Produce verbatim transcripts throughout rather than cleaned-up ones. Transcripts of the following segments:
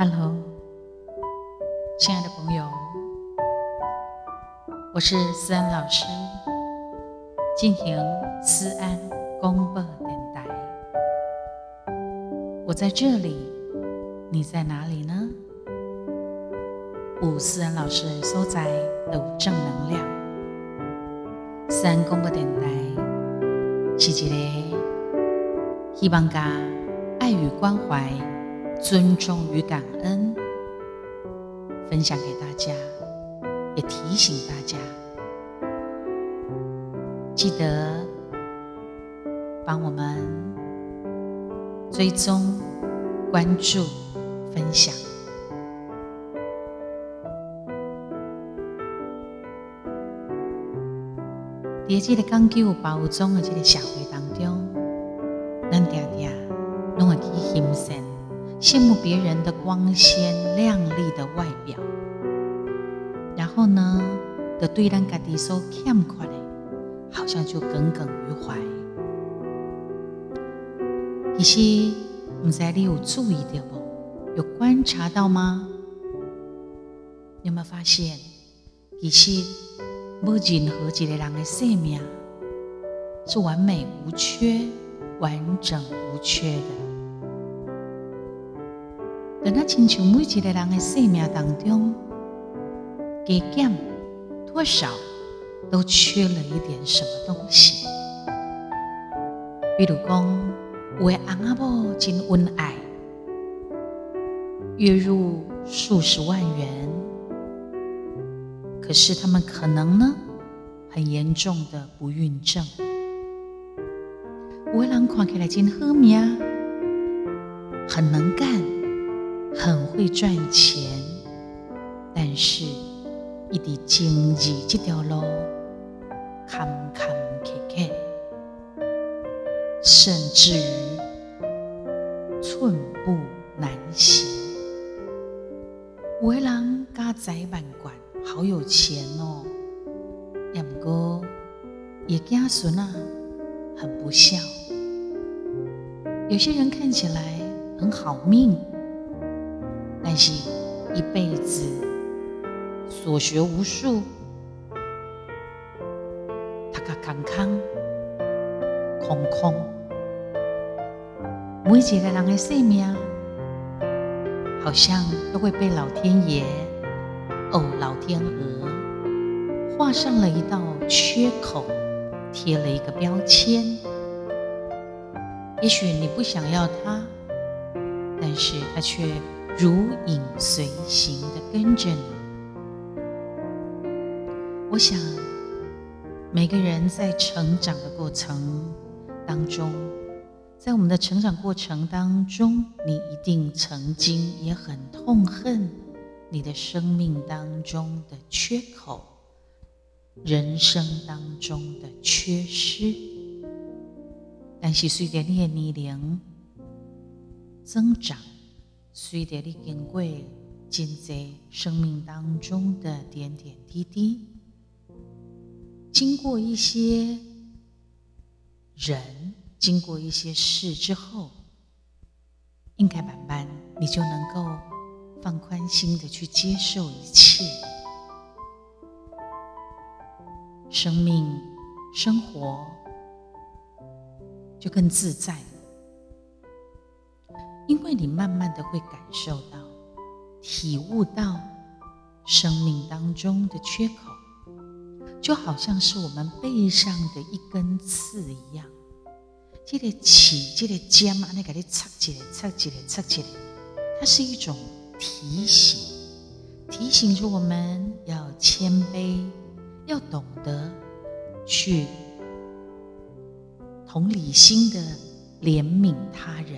Hello， 亲爱的朋友，我是思安老师，进行思安广播电台。我在这里，你在哪里呢？有思安老师的所在都有正能量。思安广播电台是一个希望把爱与关怀、尊重与感恩分享给大家，也提醒大家记得帮我们追踪、关注、分享。在这个讲究包装的这个社会当中，咱常常都会去欣赏、羡慕别人的光鲜亮丽的外表，然后呢，就对咱自己所欠缺的，好像就耿耿于怀。其实，不知道你有注意到不？有观察到吗？你有没有发现，其实没有任何一个人的生命是完美无缺、完整无缺的。但那亲像每一个人的生命当中，加减多少都缺了一点什么东西。比如说，有的翁仔某真恩爱，月入数十万元，可是他们可能呢，很严重的不孕症。有的人看起来真好命，很能干，很会赚钱，但是他在经济这条路坎坎坷坷，甚至于寸步难行。有的人家财万贯，好有钱哦，也不过也子孙啊很不孝。有些人看起来很好命，但是一辈子所学无术，他个康康空空。每一个人的生命好像都会被老天爷哦老天鹅画上了一道缺口，贴了一个标签。也许你不想要它，但是它却如影随形地跟着你。我想每个人在成长的过程当中，在我们的成长过程当中，你一定曾经也很痛恨你的生命当中的缺口，人生当中的缺失。但是随着你的年龄增长，随着你经过真多生命当中的点点滴滴，经过一些人，经过一些事之后，应该慢慢你就能够放宽心的去接受一切。生命生活就更自在了，因为你慢慢的会感受到、体悟到生命当中的缺口，就好像是我们背上的一根刺一样。这个起，这个尖啊，那个你插起来、插起来、插起来，它是一种提醒，提醒着我们要谦卑，要懂得去同理心的怜悯他人。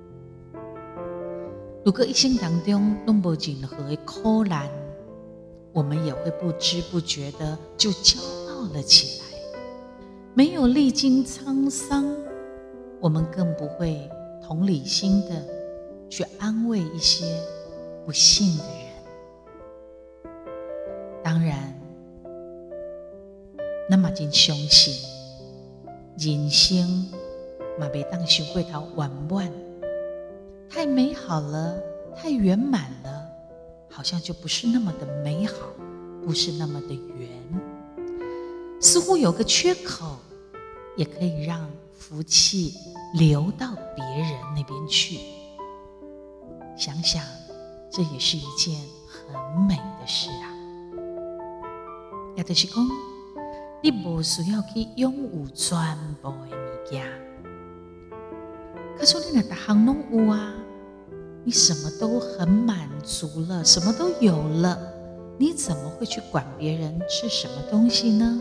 如果一生当中都没有任何的苦难，我们也会不知不觉的就骄傲了起来。没有历经沧桑，我们更不会同理心的去安慰一些不幸的人。当然，那么真相信人生嘛袂当想过头圆满，太美好了， 太圆满了，好像就不是那么的美好，不是那么的圆，似乎有个缺口，也可以让福气流到别人那边去。想想，这也是一件很美的事啊。也就是说，你不需要去拥有全部的物件，可是你若每项都有啊，你什么都很满足了，什么都有了，你怎么会去管别人吃什么东西呢？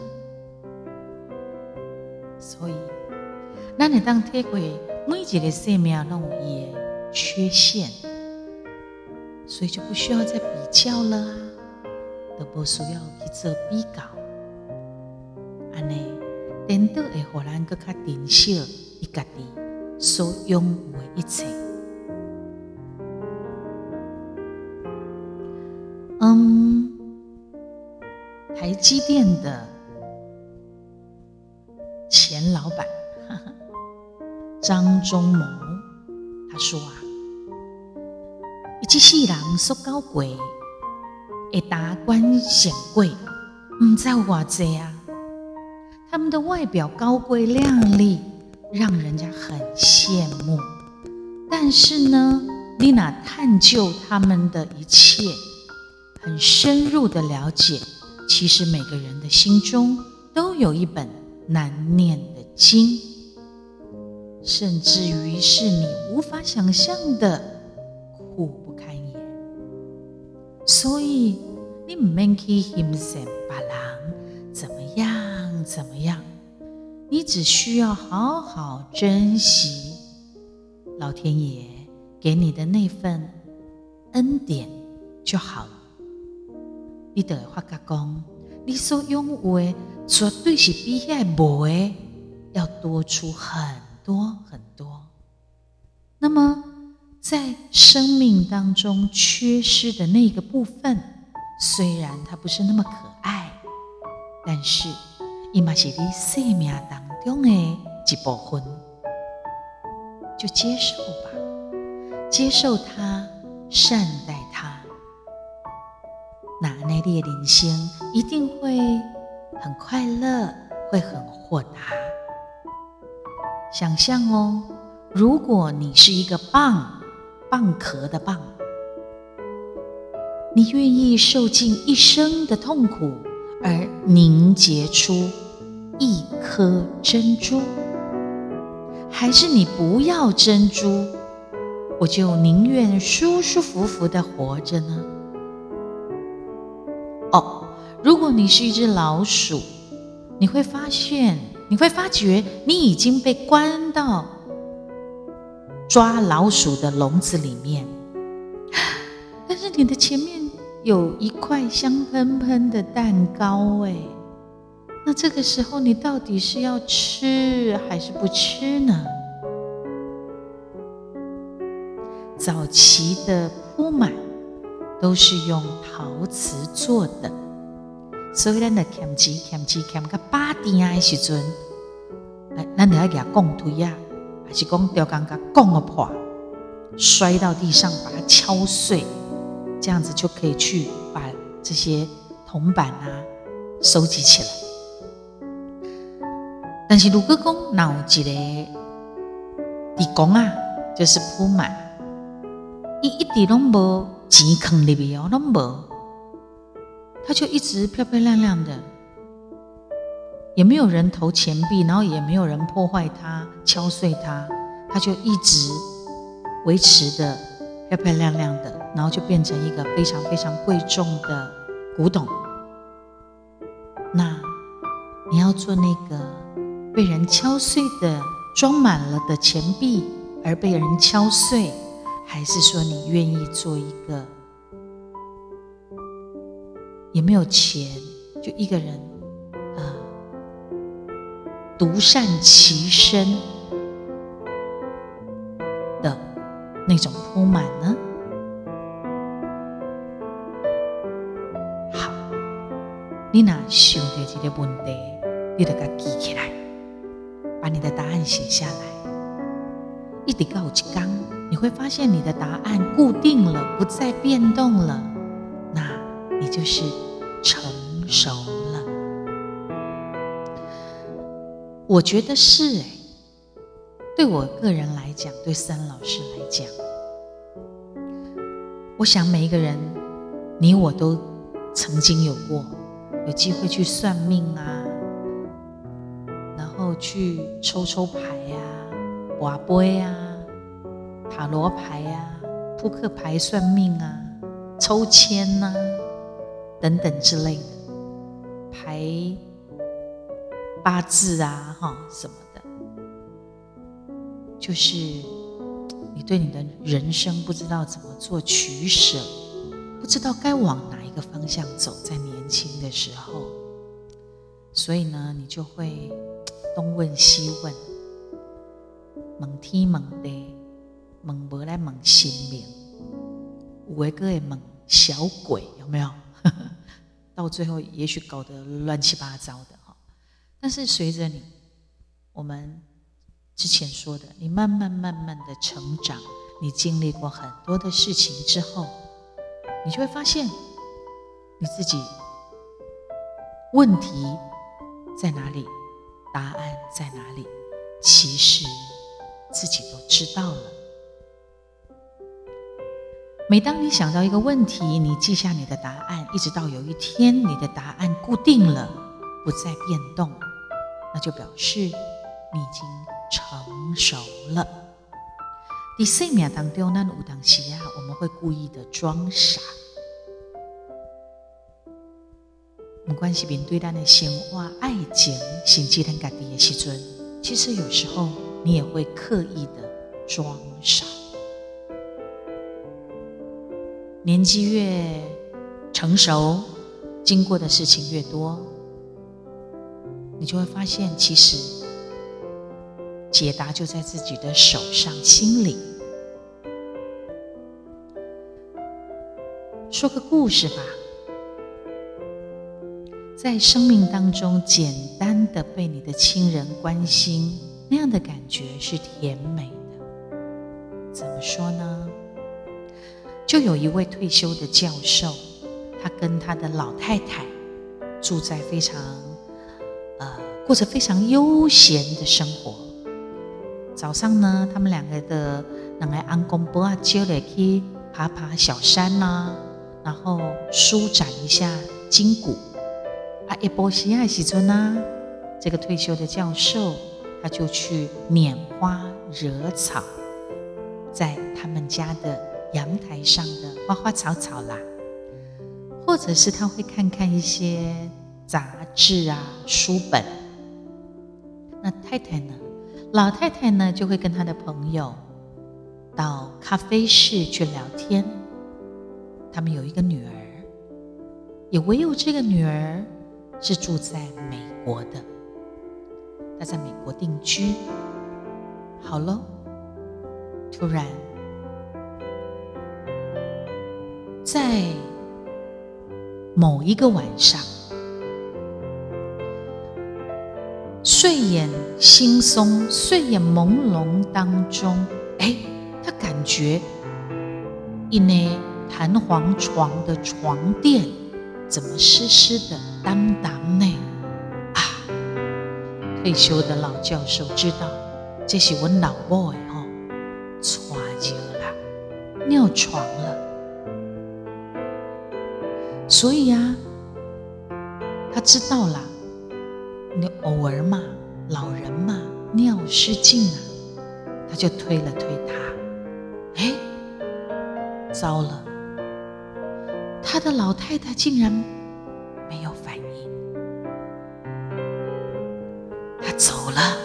所以，咱会当体会每一个生命都有伊的缺陷，所以就不需要再比较了啊，都不需要去做比较，安尼，颠倒会互咱更加珍惜伊家己所拥有的一切。嗯，台积电的前老板张忠谋他说啊，他这世人所交过的达官显贵不知有多少啊，他们的外表高贵亮丽，让人家很羡慕，但是呢，你若探究他们的一切，很深入的了解，其实每个人的心中都有一本难念的经，甚至于是你无法想象的苦不堪言。所以你不免去欣赏别人怎么样怎么样，你只需要好好珍惜老天爷给你的那份恩典就好了。你就会发觉说，你所拥有的绝对是比那没的要多出很多很多。那么在生命当中缺失的那个部分，虽然它不是那么可爱，但是它也是你生命当中的一部分，就接受吧，接受它，善待它，那你的人生一定会很快乐，会很豁达。想象哦，如果你是一个蚌，蚌壳的蚌，你愿意受尽一生的痛苦而凝结出一颗珍珠，还是你不要珍珠，我就宁愿舒舒服服的活着呢？哦，如果你是一只老鼠，你会发现，你会发觉你已经被关到抓老鼠的笼子里面，但是你的前面有一块香喷喷的蛋糕哎，那这个时候你到底是要吃还是不吃呢？早期的铺满都是用陶瓷做的，所以咱的钳子钳子钳到八点的时阵，哎，咱就要给它拱推啊，还是讲吊杆给它拱了破，摔到地上把它敲碎，这样子就可以去把这些铜板啊收集起来。但是如果讲哪有一个地公啊，就是铺满，伊一直都没钱放里面哦，都没，它就一直漂漂亮亮的，也没有人投钱币，然后也没有人破坏它、敲碎它，它就一直维持的漂漂亮亮的，然后就变成一个非常非常贵重的古董。那你要做那个被人敲碎的、装满了的钱币而被人敲碎，还是说你愿意做一个也没有钱，就一个人呃独善其身的那种铺满呢？好，你若想到这个问题，你就给它记起来，把你的答案写下来。一直到有一天， 你会发现你的答案固定了，不再变动了，那你就是成熟了。我觉得是哎，对我个人来讲，对思安老师来讲，我想每一个人，你我都曾经有过有机会去算命啊，然后去抽抽牌啊、拔杯啊、塔罗牌啊、扑克牌算命啊、抽签啊等等之类的，排八字啊哈什么的，就是你对你的人生不知道怎么做取舍，不知道该往哪一个方向走，在年轻的时候，所以呢，你就会东问西问，问天问地，问无来问神明，有的还会问小鬼，有没有？到最后也许搞得乱七八糟的。但是随着你，我们之前说的，你慢慢慢慢的成长，你经历过很多的事情之后，你就会发现你自己问题在哪里，答案在哪里，其实自己都知道了。每当你想到一个问题，你记下你的答案，一直到有一天你的答案固定了，不再变动，那就表示你已经成熟了。在生命当中，我们有时啊，我们会故意的装傻，不管是面对我们的生活、爱情，甚至我们自己的时候，其实有时候你也会刻意的装傻。年纪越成熟，经过的事情越多，你就会发现，其实解答就在自己的手上、心里。说个故事吧，在生命当中，简单的被你的亲人关心，那样的感觉是甜美的。怎么说呢？就有一位退休的教授，他跟他的老太太住在非常呃，过着非常悠闲的生活。早上呢，他们两个的两个阿公伯啊，就来去爬爬小山啊，然后舒展一下筋骨。啊，一波西爱时阵啊，这个退休的教授他就去拈花惹草，在他们家的阳台上的花花草草啦，或者是他会看看一些杂志啊、书本。那太太呢，老太太呢，就会跟她的朋友到咖啡室去聊天。他们有一个女儿，也唯有这个女儿是住在美国的，她在美国定居。好了，突然在某一个晚上，睡眼惺忪、睡眼朦胧当中，哎，他感觉一那弹簧床的床垫怎么湿湿的、当当呢？啊！退休的老教授知道，这是我老母的吼，错着啦，尿床了。所以啊，他知道啦，你偶尔嘛，老人嘛，尿失禁啊，他就推了推他。哎，糟了，他的老太太竟然没有反应，他走了。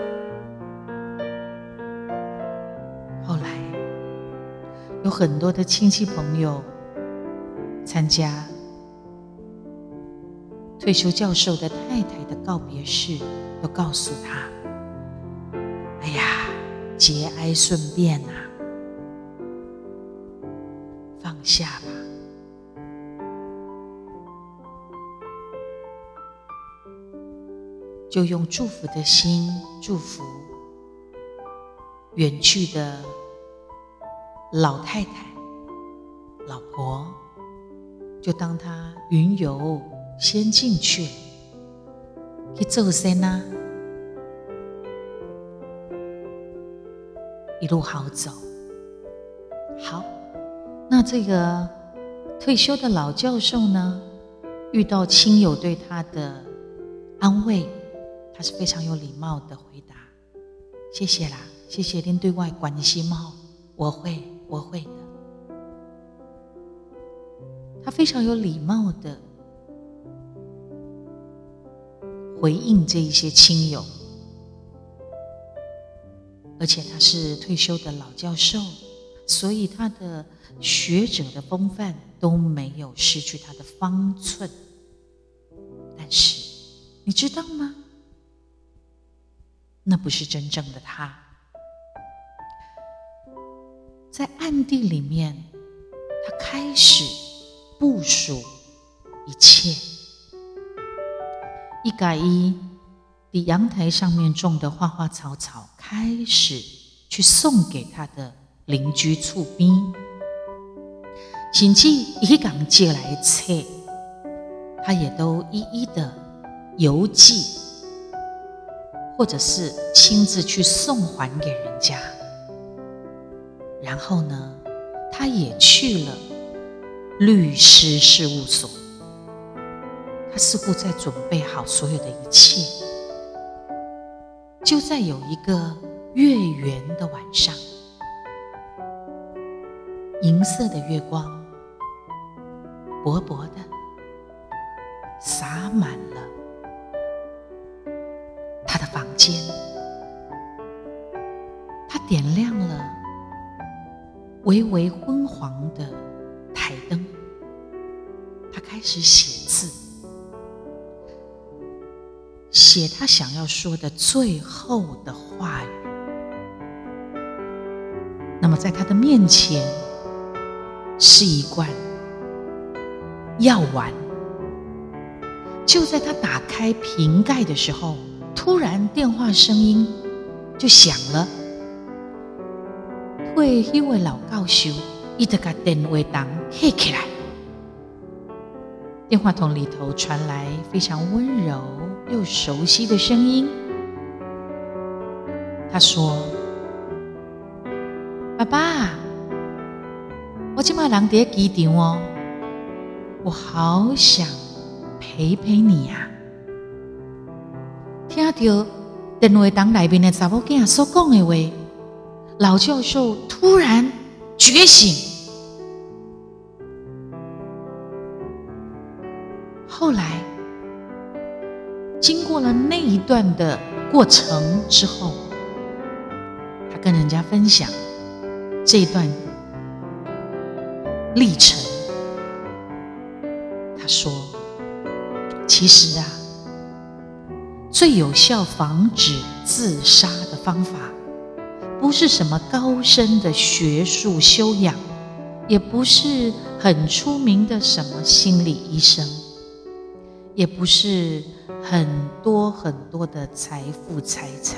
后来有很多的亲戚朋友参加退休教授的太太的告别式，都告诉他：哎呀，节哀顺变啊，放下吧。就用祝福的心祝福远去的老太太、老婆就当他云游仙境去了，去做仙啊，一路好走。好，那这个退休的老教授呢，遇到亲友对他的安慰，他是非常有礼貌的回答：谢谢啦，谢谢您对外关心哦，我会，我会的。他非常有礼貌的回应这一些亲友，而且他是退休的老教授，所以他的学者的风范都没有失去他的方寸。但是你知道吗？那不是真正的他。在暗地里面，他开始部署一切。一改一比阳台上面种的花花草草开始去送给他的邻居厝边，甚至一港借来的册，他也都一一的邮寄，或者是亲自去送还给人家。然后呢，他也去了律师事务所，他似乎在准备好所有的一切。就在有一个月圆的晚上，银色的月光薄薄的洒满了他的房间，他点亮了微微昏黄的台灯，他开始写字，写他想要说的最后的话语。那么在他的面前是一罐药丸，就在他打开瓶盖的时候，突然电话声音就响了。退休的老教授他就把电话筒拿起来，电话筒里头传来非常温柔又熟悉的声音。他说：爸爸，我现在人在机场哦，我好想陪陪你啊。听到电话筒里面的查某囝所讲的话，老教授突然觉醒。后来经过了那一段的过程之后，他跟人家分享这一段历程。他说，其实啊，最有效防止自杀的方法不是什么高深的学术修养，也不是很出名的什么心理医生，也不是很多很多的财富财产。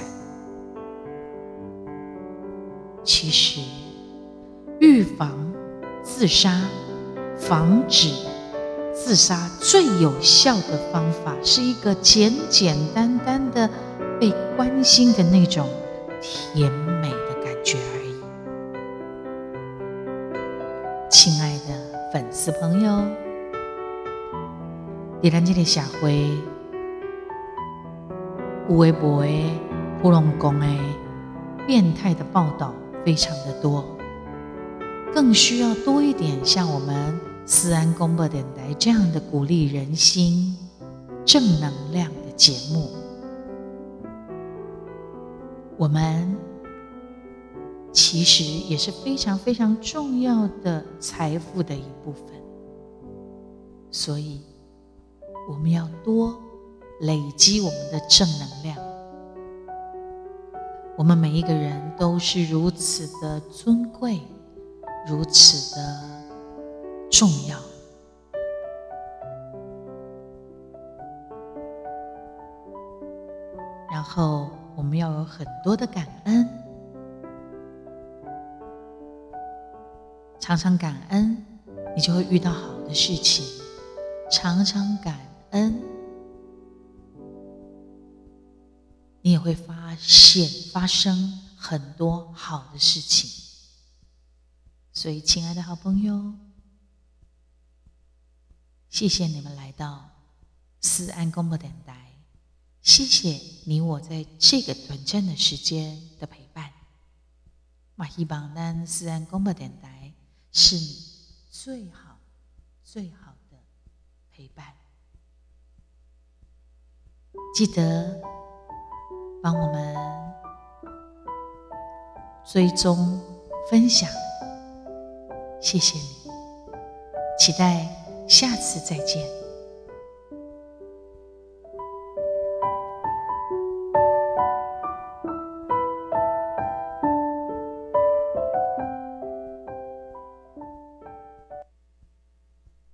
其实预防自杀，防止自杀最有效的方法是一个简简单单的被关心的那种甜美的感觉而已。亲爱的粉丝朋友，在咱这个社会，有的没的普龙宫的变态的报道非常的多，更需要多一点像我们思安广播电台这样的鼓励人心、正能量的节目。我们其实也是非常非常重要的财富的一部分，所以我们要多累积我们的正能量。我们每一个人都是如此的尊贵，如此的重要。然后我们要有很多的感恩， 常常感恩，你就会遇到好的事情。常常感恩，你也会发现发生很多好的事情。所以亲爱的好朋友，谢谢你们来到思安广播电台，谢谢你我在这个短暂的时间的陪伴。我希望咱思安广播电台是你最好最好的陪伴。记得帮我们追踪分享，谢谢你，期待下次再见。